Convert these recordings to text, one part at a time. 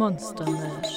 Monster Mash.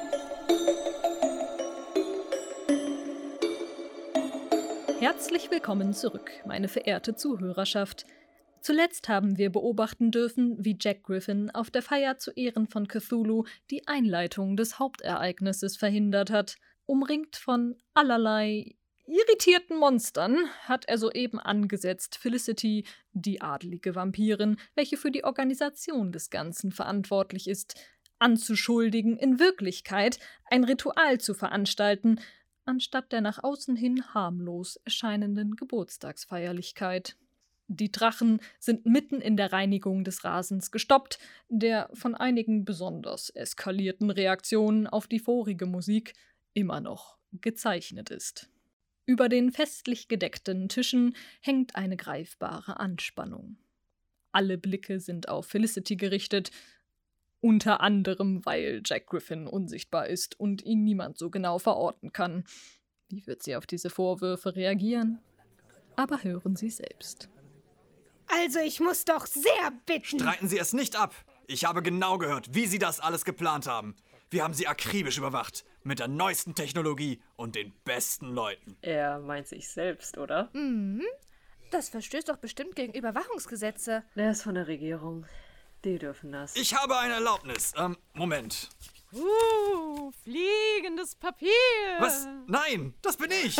Herzlich willkommen zurück, meine verehrte Zuhörerschaft. Zuletzt haben wir beobachten dürfen, wie Jack Griffin auf der Feier zu Ehren von Cthulhu die Einleitung des Hauptereignisses verhindert hat. Umringt von allerlei irritierten Monstern hat er soeben angesetzt, Felicity, die adelige Vampirin, welche für die Organisation des Ganzen verantwortlich ist, anzuschuldigen, in Wirklichkeit ein Ritual zu veranstalten, anstatt der nach außen hin harmlos erscheinenden Geburtstagsfeierlichkeit. Die Drachen sind mitten in der Reinigung des Rasens gestoppt, der von einigen besonders eskalierten Reaktionen auf die vorige Musik immer noch gezeichnet ist. Über den festlich gedeckten Tischen hängt eine greifbare Anspannung. Alle Blicke sind auf Felicity gerichtet, unter anderem, weil Jack Griffin unsichtbar ist und ihn niemand so genau verorten kann. Wie wird sie auf diese Vorwürfe reagieren? Aber hören Sie selbst. Also ich muss doch sehr bitten. Streiten Sie es nicht ab. Ich habe genau gehört, wie Sie das alles geplant haben. Wir haben Sie akribisch überwacht. Mit der neuesten Technologie und den besten Leuten. Er meint sich selbst, oder? Mhm. Das verstößt doch bestimmt gegen Überwachungsgesetze. Der ist von der Regierung. Die dürfen das. Ich habe eine Erlaubnis. Moment. Fliegendes Papier. Was? Nein, das bin ich.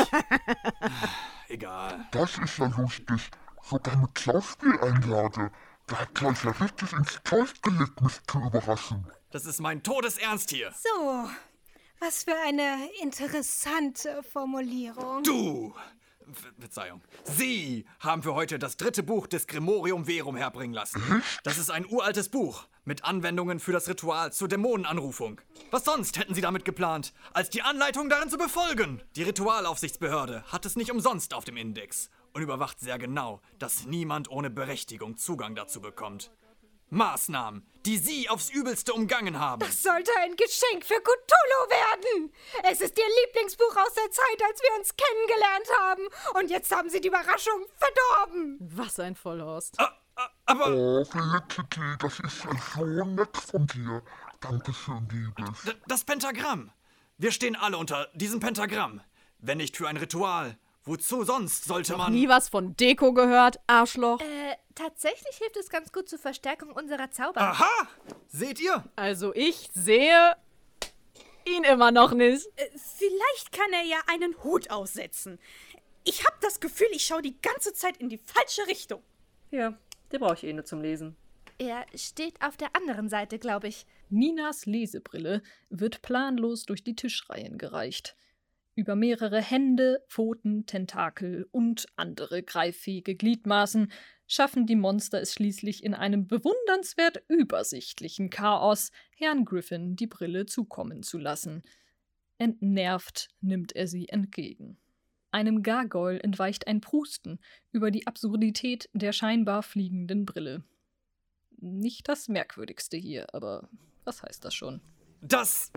Egal. Das ist ja lustig. Sogar mit Schauspieleinlage. Der hat gleich ja richtig ins Zeug gelegt, mich zu überraschen. Das ist mein Todesernst hier. So, was für eine interessante Formulierung. Du! Verzeihung. Sie haben für heute das 3. Buch des Grimorium Verum herbringen lassen. Das ist ein uraltes Buch mit Anwendungen für das Ritual zur Dämonenanrufung. Was sonst hätten Sie damit geplant, als die Anleitung darin zu befolgen? Die Ritualaufsichtsbehörde hat es nicht umsonst auf dem Index und überwacht sehr genau, dass niemand ohne Berechtigung Zugang dazu bekommt. Maßnahmen, die Sie aufs Übelste umgangen haben. Das sollte ein Geschenk für Cthulhu werden. Es ist Ihr Lieblingsbuch aus der Zeit, als wir uns kennengelernt haben. Und jetzt haben Sie die Überraschung verdorben. Was ein Vollhorst. Aber Oh, Felicity, das ist ja so nett von dir. Dankeschön, Liebes. das Pentagramm. Wir stehen alle unter diesem Pentagramm. Wenn nicht für ein Ritual, wozu sonst sollte man... Nie was von Deko gehört, Arschloch. Tatsächlich hilft es ganz gut zur Verstärkung unserer Zauber. Aha! Seht ihr? Also ich sehe ihn immer noch nicht. Vielleicht kann er ja einen Hut aussetzen. Ich habe das Gefühl, ich schaue die ganze Zeit in die falsche Richtung. Ja, den brauche ich eh nur zum Lesen. Er steht auf der anderen Seite, glaube ich. Ninas Lesebrille wird planlos durch die Tischreihen gereicht. Über mehrere Hände, Pfoten, Tentakel und andere greiffähige Gliedmaßen schaffen die Monster es schließlich in einem bewundernswert übersichtlichen Chaos, Herrn Griffin die Brille zukommen zu lassen. Entnervt nimmt er sie entgegen. Einem Gargoyle entweicht ein Prusten über die Absurdität der scheinbar fliegenden Brille. Nicht das Merkwürdigste hier, aber was heißt das schon? Das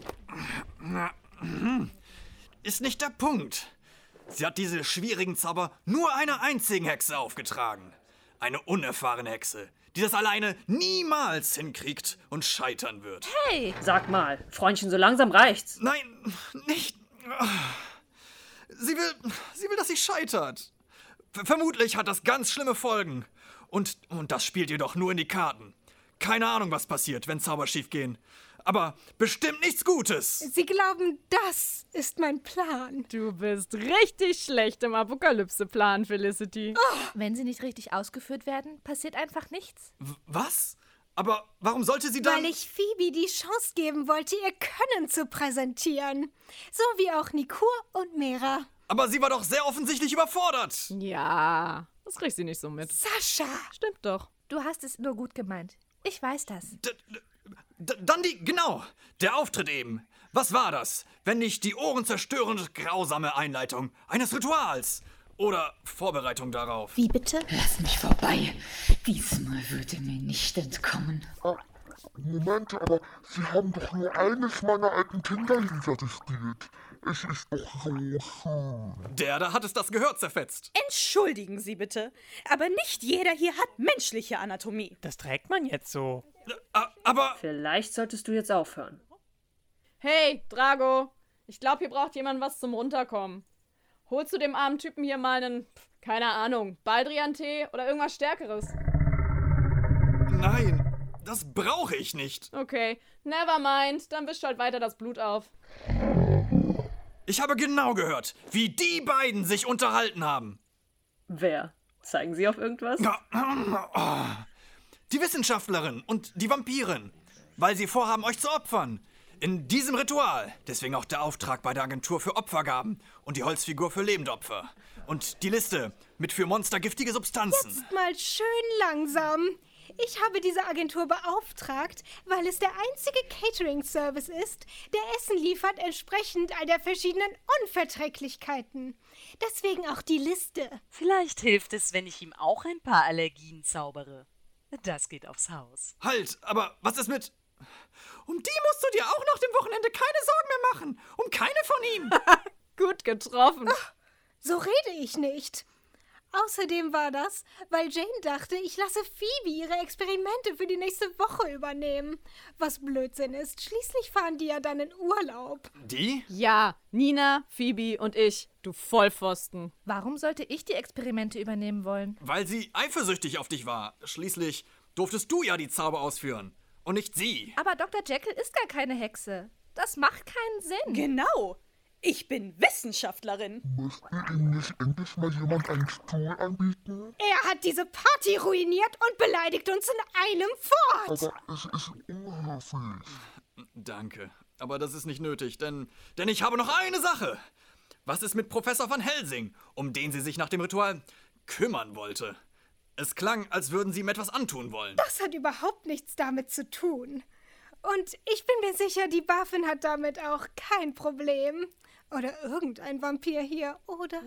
ist nicht der Punkt. Sie hat diese schwierigen Zauber nur einer einzigen Hexe aufgetragen. Eine unerfahrene Hexe, die das alleine niemals hinkriegt und scheitern wird. Hey! Sag mal, Freundchen, so langsam reicht's. Nein, nicht. Sie will, dass sie scheitert. Vermutlich hat das ganz schlimme Folgen. Und das spielt ihr doch nur in die Karten. Keine Ahnung, was passiert, wenn Zauber schief gehen. Aber bestimmt nichts Gutes. Sie glauben, das ist mein Plan. Du bist richtig schlecht im Apokalypse-Plan, Felicity. Wenn sie nicht richtig ausgeführt werden, passiert einfach nichts. Was? Aber warum sollte sie dann... Weil ich Phoebe die Chance geben wollte, ihr Können zu präsentieren. So wie auch Nikur und Mera. Aber sie war doch sehr offensichtlich überfordert. Ja, das kriegt sie nicht so mit. Sascha! Stimmt doch. Du hast es nur gut gemeint. Ich weiß das. Dann der Auftritt eben. Was war das, wenn nicht die ohrenzerstörend grausame Einleitung eines Rituals? Oder Vorbereitung darauf? Wie bitte? Lass mich vorbei. Diesmal wird er mir nicht entkommen. Moment, aber Sie haben doch nur eines meiner alten Kinderlieder gespielt. Es ist doch so schön. Der da hat es das Gehör zerfetzt. Entschuldigen Sie bitte, aber nicht jeder hier hat menschliche Anatomie. Das trägt man jetzt so. Aber... Vielleicht solltest du jetzt aufhören. Hey, Drago. Ich glaube, hier braucht jemand was zum Runterkommen. Holst du dem armen Typen hier mal einen, keine Ahnung, Baldrian-Tee oder irgendwas Stärkeres? Nein, das brauche ich nicht. Okay, never mind. Dann wisch halt weiter das Blut auf. Ich habe genau gehört, wie die beiden sich unterhalten haben. Wer? Zeigen Sie auf irgendwas? Die Wissenschaftlerin und die Vampirin, weil sie vorhaben, euch zu opfern. In diesem Ritual. Deswegen auch der Auftrag bei der Agentur für Opfergaben und die Holzfigur für Lebendopfer. Und die Liste mit für Monster giftige Substanzen. Jetzt mal schön langsam. Ich habe diese Agentur beauftragt, weil es der einzige Catering-Service ist, der Essen liefert entsprechend all der verschiedenen Unverträglichkeiten. Deswegen auch die Liste. Vielleicht hilft es, wenn ich ihm auch ein paar Allergien zaubere. Das geht aufs Haus. Halt, aber was ist mit... Um die musst du dir auch nach dem Wochenende keine Sorgen mehr machen. Um keine von ihnen. Gut getroffen. Ach, so rede ich nicht. Außerdem war das, weil Jane dachte, ich lasse Phoebe ihre Experimente für die nächste Woche übernehmen. Was Blödsinn ist. Schließlich fahren die ja dann in Urlaub. Die? Ja, Nina, Phoebe und ich. Du Vollpfosten. Warum sollte ich die Experimente übernehmen wollen? Weil sie eifersüchtig auf dich war. Schließlich durftest du ja die Zauber ausführen. Und nicht sie. Aber Dr. Jekyll ist gar keine Hexe. Das macht keinen Sinn. Genau. Ich bin Wissenschaftlerin. Möchte Ihnen nicht endlich mal jemand einen Stuhl anbieten? Er hat diese Party ruiniert und beleidigt uns in einem Fort. Aber es ist unhöflich. Danke. Aber das ist nicht nötig, denn ich habe noch eine Sache. Was ist mit Professor Van Helsing, um den sie sich nach dem Ritual kümmern wollte? Es klang, als würden sie ihm etwas antun wollen. Das hat überhaupt nichts damit zu tun. Und ich bin mir sicher, die Buffin hat damit auch kein Problem. Oder irgendein Vampir hier, oder?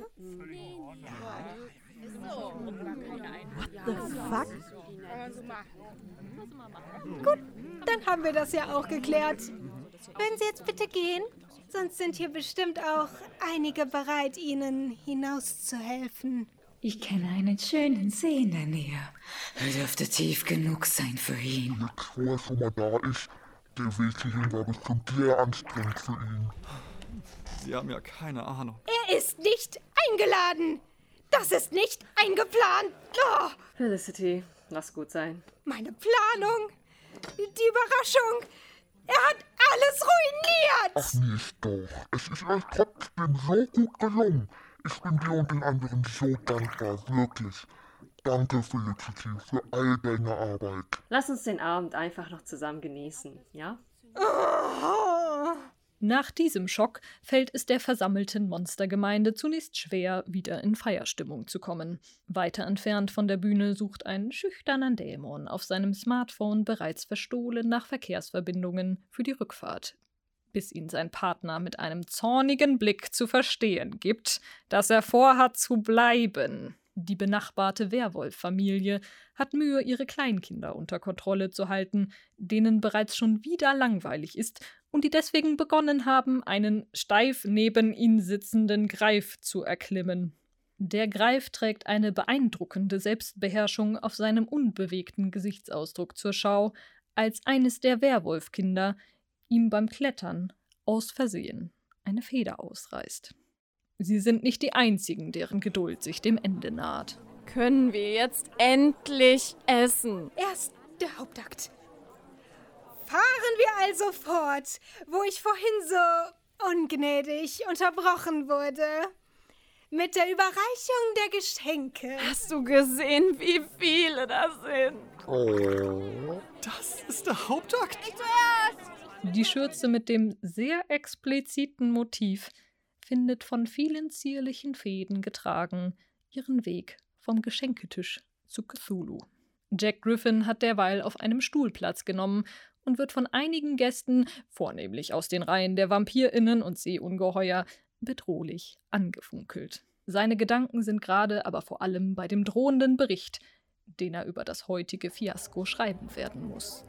What the fuck? Gut, dann haben wir das ja auch geklärt. Würden Sie jetzt bitte gehen? Sonst sind hier bestimmt auch einige bereit, Ihnen hinauszuhelfen. Ich kenne einen schönen See in der Nähe. Er dürfte tief genug sein für ihn. Jetzt, wo er schon mal da ist, der Weg hierhin war bestimmt sehr anstrengend für ihn. Sie haben ja keine Ahnung. Er ist nicht eingeladen. Das ist nicht eingeplant. Oh, Felicity, lass gut sein. meine Planung. Die Überraschung. Er hat alles ruiniert. Ach nicht doch. Es ist euch trotzdem so gut gelungen. Ich bin dir und den anderen so dankbar, wirklich. Danke, Felicity, für all deine Arbeit. Lass uns den Abend einfach noch zusammen genießen, ja? Nach diesem Schock fällt es der versammelten Monstergemeinde zunächst schwer, wieder in Feierstimmung zu kommen. Weiter entfernt von der Bühne sucht ein schüchterner Dämon auf seinem Smartphone bereits verstohlen nach Verkehrsverbindungen für die Rückfahrt, bis ihn sein Partner mit einem zornigen Blick zu verstehen gibt, dass er vorhat zu bleiben. Die benachbarte Werwolf-Familie hat Mühe, ihre Kleinkinder unter Kontrolle zu halten, denen bereits schon wieder langweilig ist und die deswegen begonnen haben, einen steif neben ihnen sitzenden Greif zu erklimmen. Der Greif trägt eine beeindruckende Selbstbeherrschung auf seinem unbewegten Gesichtsausdruck zur Schau, als eines der Werwolfkinder ihm beim Klettern aus Versehen eine Feder ausreißt. Sie sind nicht die einzigen, deren Geduld sich dem Ende naht. Können wir jetzt endlich essen? Erst der Hauptakt. Fahren wir also fort, wo ich vorhin so ungnädig unterbrochen wurde. Mit der Überreichung der Geschenke. Hast du gesehen, wie viele das sind? Oh. Das ist der Hauptakt? Die Schürze mit dem sehr expliziten Motiv findet von vielen zierlichen Fäden getragen ihren Weg vom Geschenketisch zu Cthulhu. Jack Griffin hat derweil auf einem Stuhl Platz genommen und wird von einigen Gästen, vornehmlich aus den Reihen der VampirInnen und Seeungeheuer, bedrohlich angefunkelt. Seine Gedanken sind gerade aber vor allem bei dem drohenden Bericht, den er über das heutige Fiasko schreiben werden muss.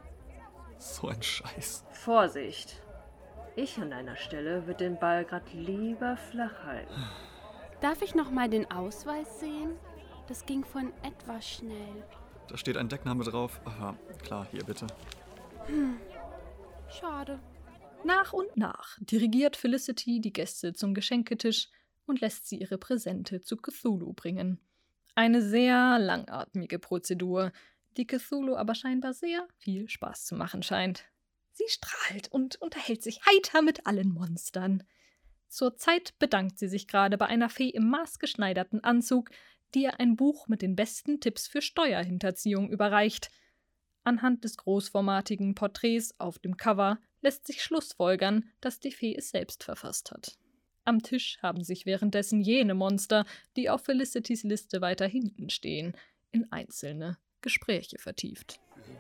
So ein Scheiß. Vorsicht! Ich an deiner Stelle würde den Ball grad lieber flach halten. Darf ich noch mal den Ausweis sehen? Das ging von etwas schnell. Da steht ein Deckname drauf. Aha, klar, hier bitte. Schade. Nach und nach dirigiert Felicity die Gäste zum Geschenketisch und lässt sie ihre Präsente zu Cthulhu bringen. Eine sehr langatmige Prozedur, die Cthulhu aber scheinbar sehr viel Spaß zu machen scheint. Sie strahlt und unterhält sich heiter mit allen Monstern. Zur Zeit bedankt sie sich gerade bei einer Fee im maßgeschneiderten Anzug, die ihr ein Buch mit den besten Tipps für Steuerhinterziehung überreicht. Anhand des großformatigen Porträts auf dem Cover lässt sich schlussfolgern, dass die Fee es selbst verfasst hat. Am Tisch haben sich währenddessen jene Monster, die auf Felicitys Liste weiter hinten stehen, in einzelne Gespräche vertieft.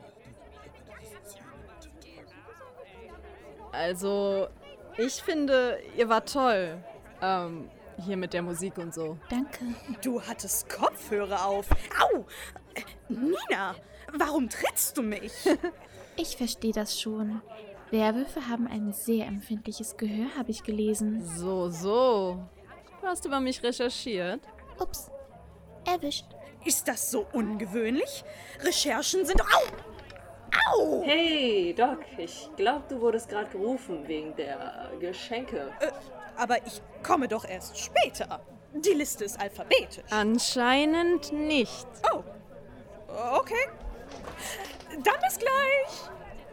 Also, ich finde, ihr wart toll. Hier mit der Musik und so. Danke. Du hattest Kopfhörer auf. Au! Nina, warum trittst du mich? Ich verstehe das schon. Werwölfe haben ein sehr empfindliches Gehör, habe ich gelesen. So. Du hast über mich recherchiert. Ups, erwischt. Ist das so ungewöhnlich? Recherchen sind... Au! Hey, Doc, ich glaube, du wurdest gerade gerufen wegen der Geschenke. Aber ich komme doch erst später. Die Liste ist alphabetisch. Anscheinend nicht. Oh, okay. Dann bis gleich.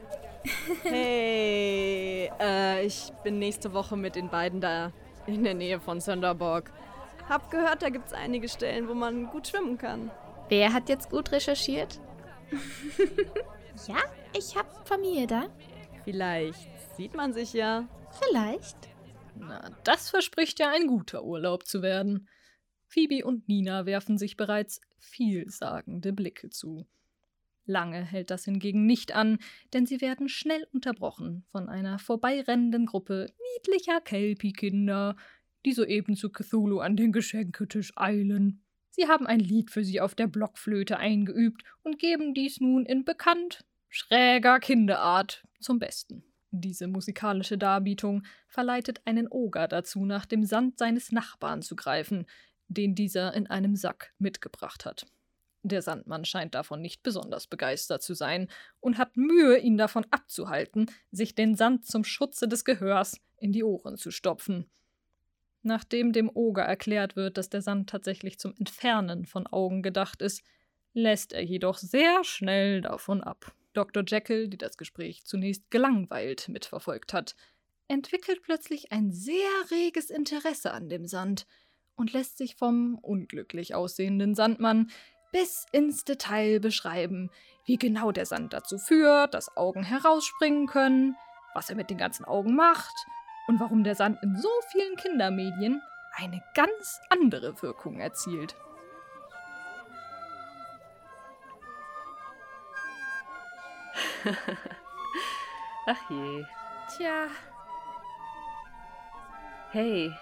Hey, ich bin nächste Woche mit den beiden da in der Nähe von Sönderborg. Hab gehört, da gibt's einige Stellen, wo man gut schwimmen kann. Wer hat jetzt gut recherchiert? Ja, ich hab Familie da. Vielleicht sieht man sich ja. Vielleicht. Na, das verspricht ja ein guter Urlaub zu werden. Phoebe und Nina werfen sich bereits vielsagende Blicke zu. Lange hält das hingegen nicht an, denn sie werden schnell unterbrochen von einer vorbeirennenden Gruppe niedlicher Kelpie-Kinder, die soeben zu Cthulhu an den Geschenketisch eilen. Sie haben ein Lied für sie auf der Blockflöte eingeübt und geben dies nun in bekannt schräger Kinderart zum Besten. Diese musikalische Darbietung verleitet einen Oger dazu, nach dem Sand seines Nachbarn zu greifen, den dieser in einem Sack mitgebracht hat. Der Sandmann scheint davon nicht besonders begeistert zu sein und hat Mühe, ihn davon abzuhalten, sich den Sand zum Schutze des Gehörs in die Ohren zu stopfen. Nachdem dem Oger erklärt wird, dass der Sand tatsächlich zum Entfernen von Augen gedacht ist, lässt er jedoch sehr schnell davon ab. Dr. Jekyll, die das Gespräch zunächst gelangweilt mitverfolgt hat, entwickelt plötzlich ein sehr reges Interesse an dem Sand und lässt sich vom unglücklich aussehenden Sandmann bis ins Detail beschreiben, wie genau der Sand dazu führt, dass Augen herausspringen können, was er mit den ganzen Augen macht und warum der Sand in so vielen Kindermedien eine ganz andere Wirkung erzielt. Ach je. Tja. Hey,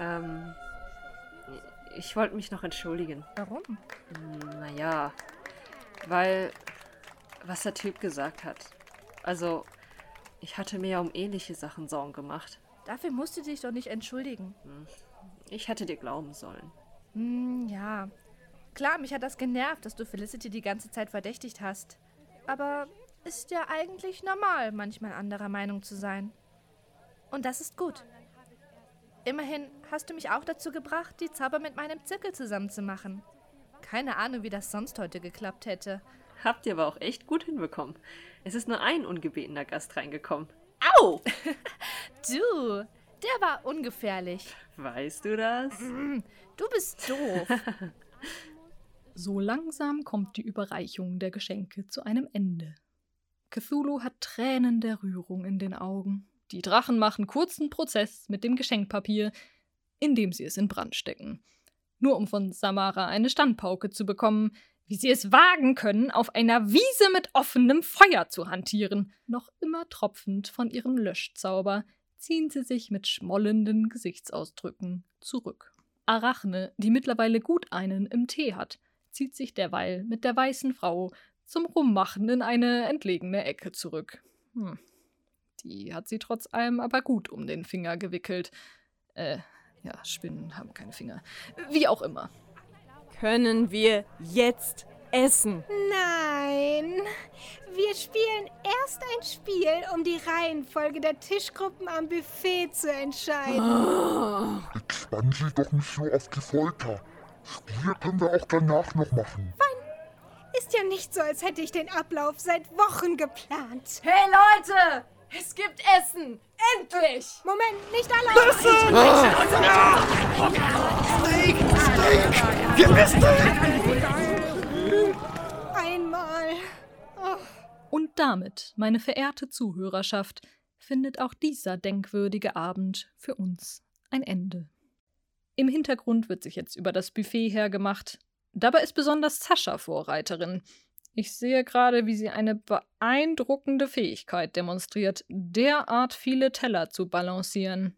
ich wollte mich noch entschuldigen. Warum? Naja, weil, was der Typ gesagt hat. Also, ich hatte mir ja um ähnliche Sachen Sorgen gemacht. Dafür musst du dich doch nicht entschuldigen. Ich hätte dir glauben sollen. Ja. Klar, mich hat das genervt, dass du Felicity die ganze Zeit verdächtigt hast. Aber ist ja eigentlich normal, manchmal anderer Meinung zu sein. Und das ist gut. Immerhin hast du mich auch dazu gebracht, die Zauber mit meinem Zirkel zusammen zu machen. Keine Ahnung, wie das sonst heute geklappt hätte. Habt ihr aber auch echt gut hinbekommen. Es ist nur ein ungebetener Gast reingekommen. Au! Du, der war ungefährlich. Weißt du das? Du bist doof. So langsam kommt die Überreichung der Geschenke zu einem Ende. Cthulhu hat Tränen der Rührung in den Augen. Die Drachen machen kurzen Prozess mit dem Geschenkpapier, indem sie es in Brand stecken. Nur um von Samara eine Standpauke zu bekommen, wie sie es wagen können, auf einer Wiese mit offenem Feuer zu hantieren. Noch immer tropfend von ihrem Löschzauber ziehen sie sich mit schmollenden Gesichtsausdrücken zurück. Arachne, die mittlerweile gut einen im Tee hat, zieht sich derweil mit der weißen Frau zum Rummachen in eine entlegene Ecke zurück. Die hat sie trotz allem aber gut um den Finger gewickelt. Spinnen haben keine Finger. Wie auch immer. Können wir jetzt essen? Nein, wir spielen erst ein Spiel, um die Reihenfolge der Tischgruppen am Buffet zu entscheiden. Jetzt spannen Sie doch nicht so auf die Folter. Spiele können wir auch danach noch machen. Ist ja nicht so, als hätte ich den Ablauf seit Wochen geplant. Hey Leute, es gibt Essen. Endlich! Moment, nicht alle. Steak! Gib mir Steak! Einmal. Oh. Und damit, meine verehrte Zuhörerschaft, findet auch dieser denkwürdige Abend für uns ein Ende. Im Hintergrund wird sich jetzt über das Buffet hergemacht. Dabei ist besonders Sascha Vorreiterin. Ich sehe gerade, wie sie eine beeindruckende Fähigkeit demonstriert, derart viele Teller zu balancieren.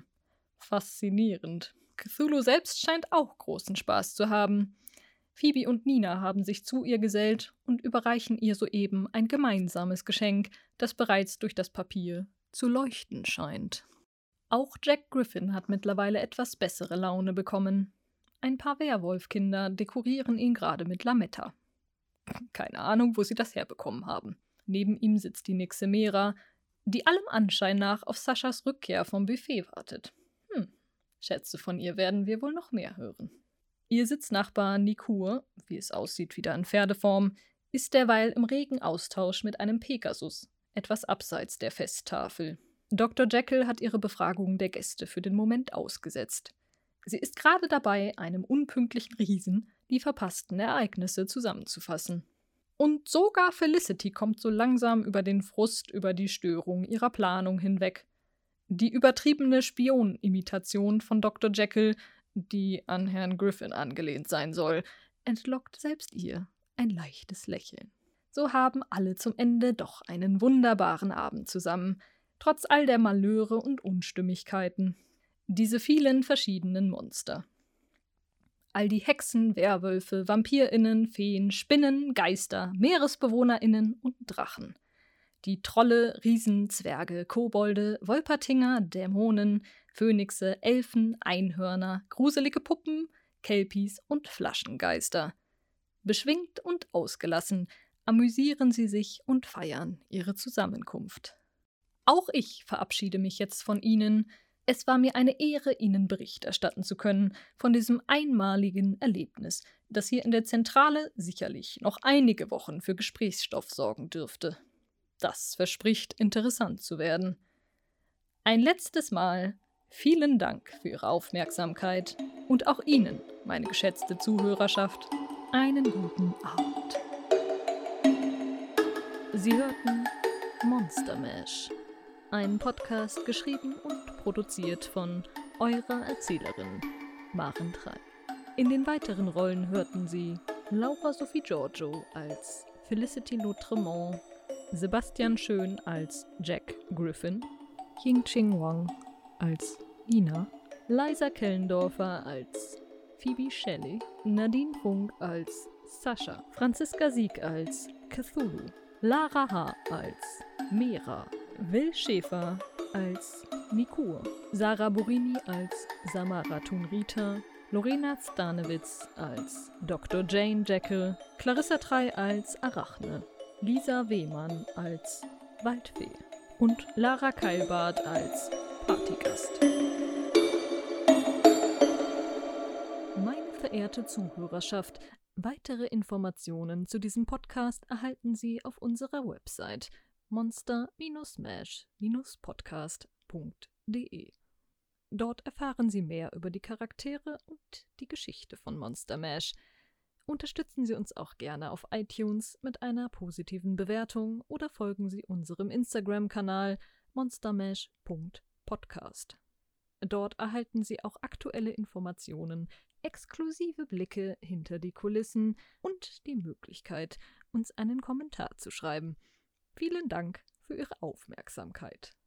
Faszinierend. Cthulhu selbst scheint auch großen Spaß zu haben. Phoebe und Nina haben sich zu ihr gesellt und überreichen ihr soeben ein gemeinsames Geschenk, das bereits durch das Papier zu leuchten scheint. Auch Jack Griffin hat mittlerweile etwas bessere Laune bekommen. Ein paar Werwolfkinder dekorieren ihn gerade mit Lametta. Keine Ahnung, wo sie das herbekommen haben. Neben ihm sitzt die Nixe Mera, die allem Anschein nach auf Saschas Rückkehr vom Buffet wartet. Schätze, von ihr werden wir wohl noch mehr hören. Ihr Sitznachbar Nikur, wie es aussieht wieder in Pferdeform, ist derweil im regen Austausch mit einem Pegasus, etwas abseits der Festtafel. Dr. Jekyll hat ihre Befragung der Gäste für den Moment ausgesetzt. Sie ist gerade dabei, einem unpünktlichen Riesen die verpassten Ereignisse zusammenzufassen. Und sogar Felicity kommt so langsam über den Frust über die Störung ihrer Planung hinweg. Die übertriebene Spionimitation von Dr. Jekyll, die an Herrn Griffin angelehnt sein soll, entlockt selbst ihr ein leichtes Lächeln. So haben alle zum Ende doch einen wunderbaren Abend zusammen, trotz all der Malheure und Unstimmigkeiten. Diese vielen verschiedenen Monster. All die Hexen, Werwölfe, VampirInnen, Feen, Spinnen, Geister, MeeresbewohnerInnen und Drachen. Die Trolle, Riesen, Zwerge, Kobolde, Wolpertinger, Dämonen, Phönixe, Elfen, Einhörner, gruselige Puppen, Kelpies und Flaschengeister. Beschwingt und ausgelassen amüsieren sie sich und feiern ihre Zusammenkunft. Auch ich verabschiede mich jetzt von Ihnen. Es war mir eine Ehre, Ihnen Bericht erstatten zu können von diesem einmaligen Erlebnis, das hier in der Zentrale sicherlich noch einige Wochen für Gesprächsstoff sorgen dürfte. Das verspricht, interessant zu werden. Ein letztes Mal vielen Dank für Ihre Aufmerksamkeit und auch Ihnen, meine geschätzte Zuhörerschaft, einen guten Abend. Sie hörten Monster Mash, ein Podcast geschrieben und produziert von eurer Erzählerin Maren Trey. In den weiteren Rollen hörten Sie Laura Sophie Giorgio als Felicity Lautremont, Sebastian Schön als Jack Griffin, Ying-Ching Wang als Nina, Liza Kellendorfer als Phoebe Shelley, Nadine Funk als Sascha, Franziska Sieg als Cthulhu, Lara H. als Mera, Will Schäfer als Nikur, Sarah Burini als Samara Thun-Rita, Lorena Stanewitz als Dr. Jane Jekyll, Clarissa Trey als Arachne, Lisa Wehmann als Waldfee und Lara Keilbart als Partygast. Meine verehrte Zuhörerschaft, weitere Informationen zu diesem Podcast erhalten Sie auf unserer Website monster-mash-podcast.de. Dort erfahren Sie mehr über die Charaktere und die Geschichte von Monster Mash. Unterstützen Sie uns auch gerne auf iTunes mit einer positiven Bewertung oder folgen Sie unserem Instagram-Kanal monstermash.podcast. Dort erhalten Sie auch aktuelle Informationen, exklusive Blicke hinter die Kulissen und die Möglichkeit, uns einen Kommentar zu schreiben. Vielen Dank für Ihre Aufmerksamkeit.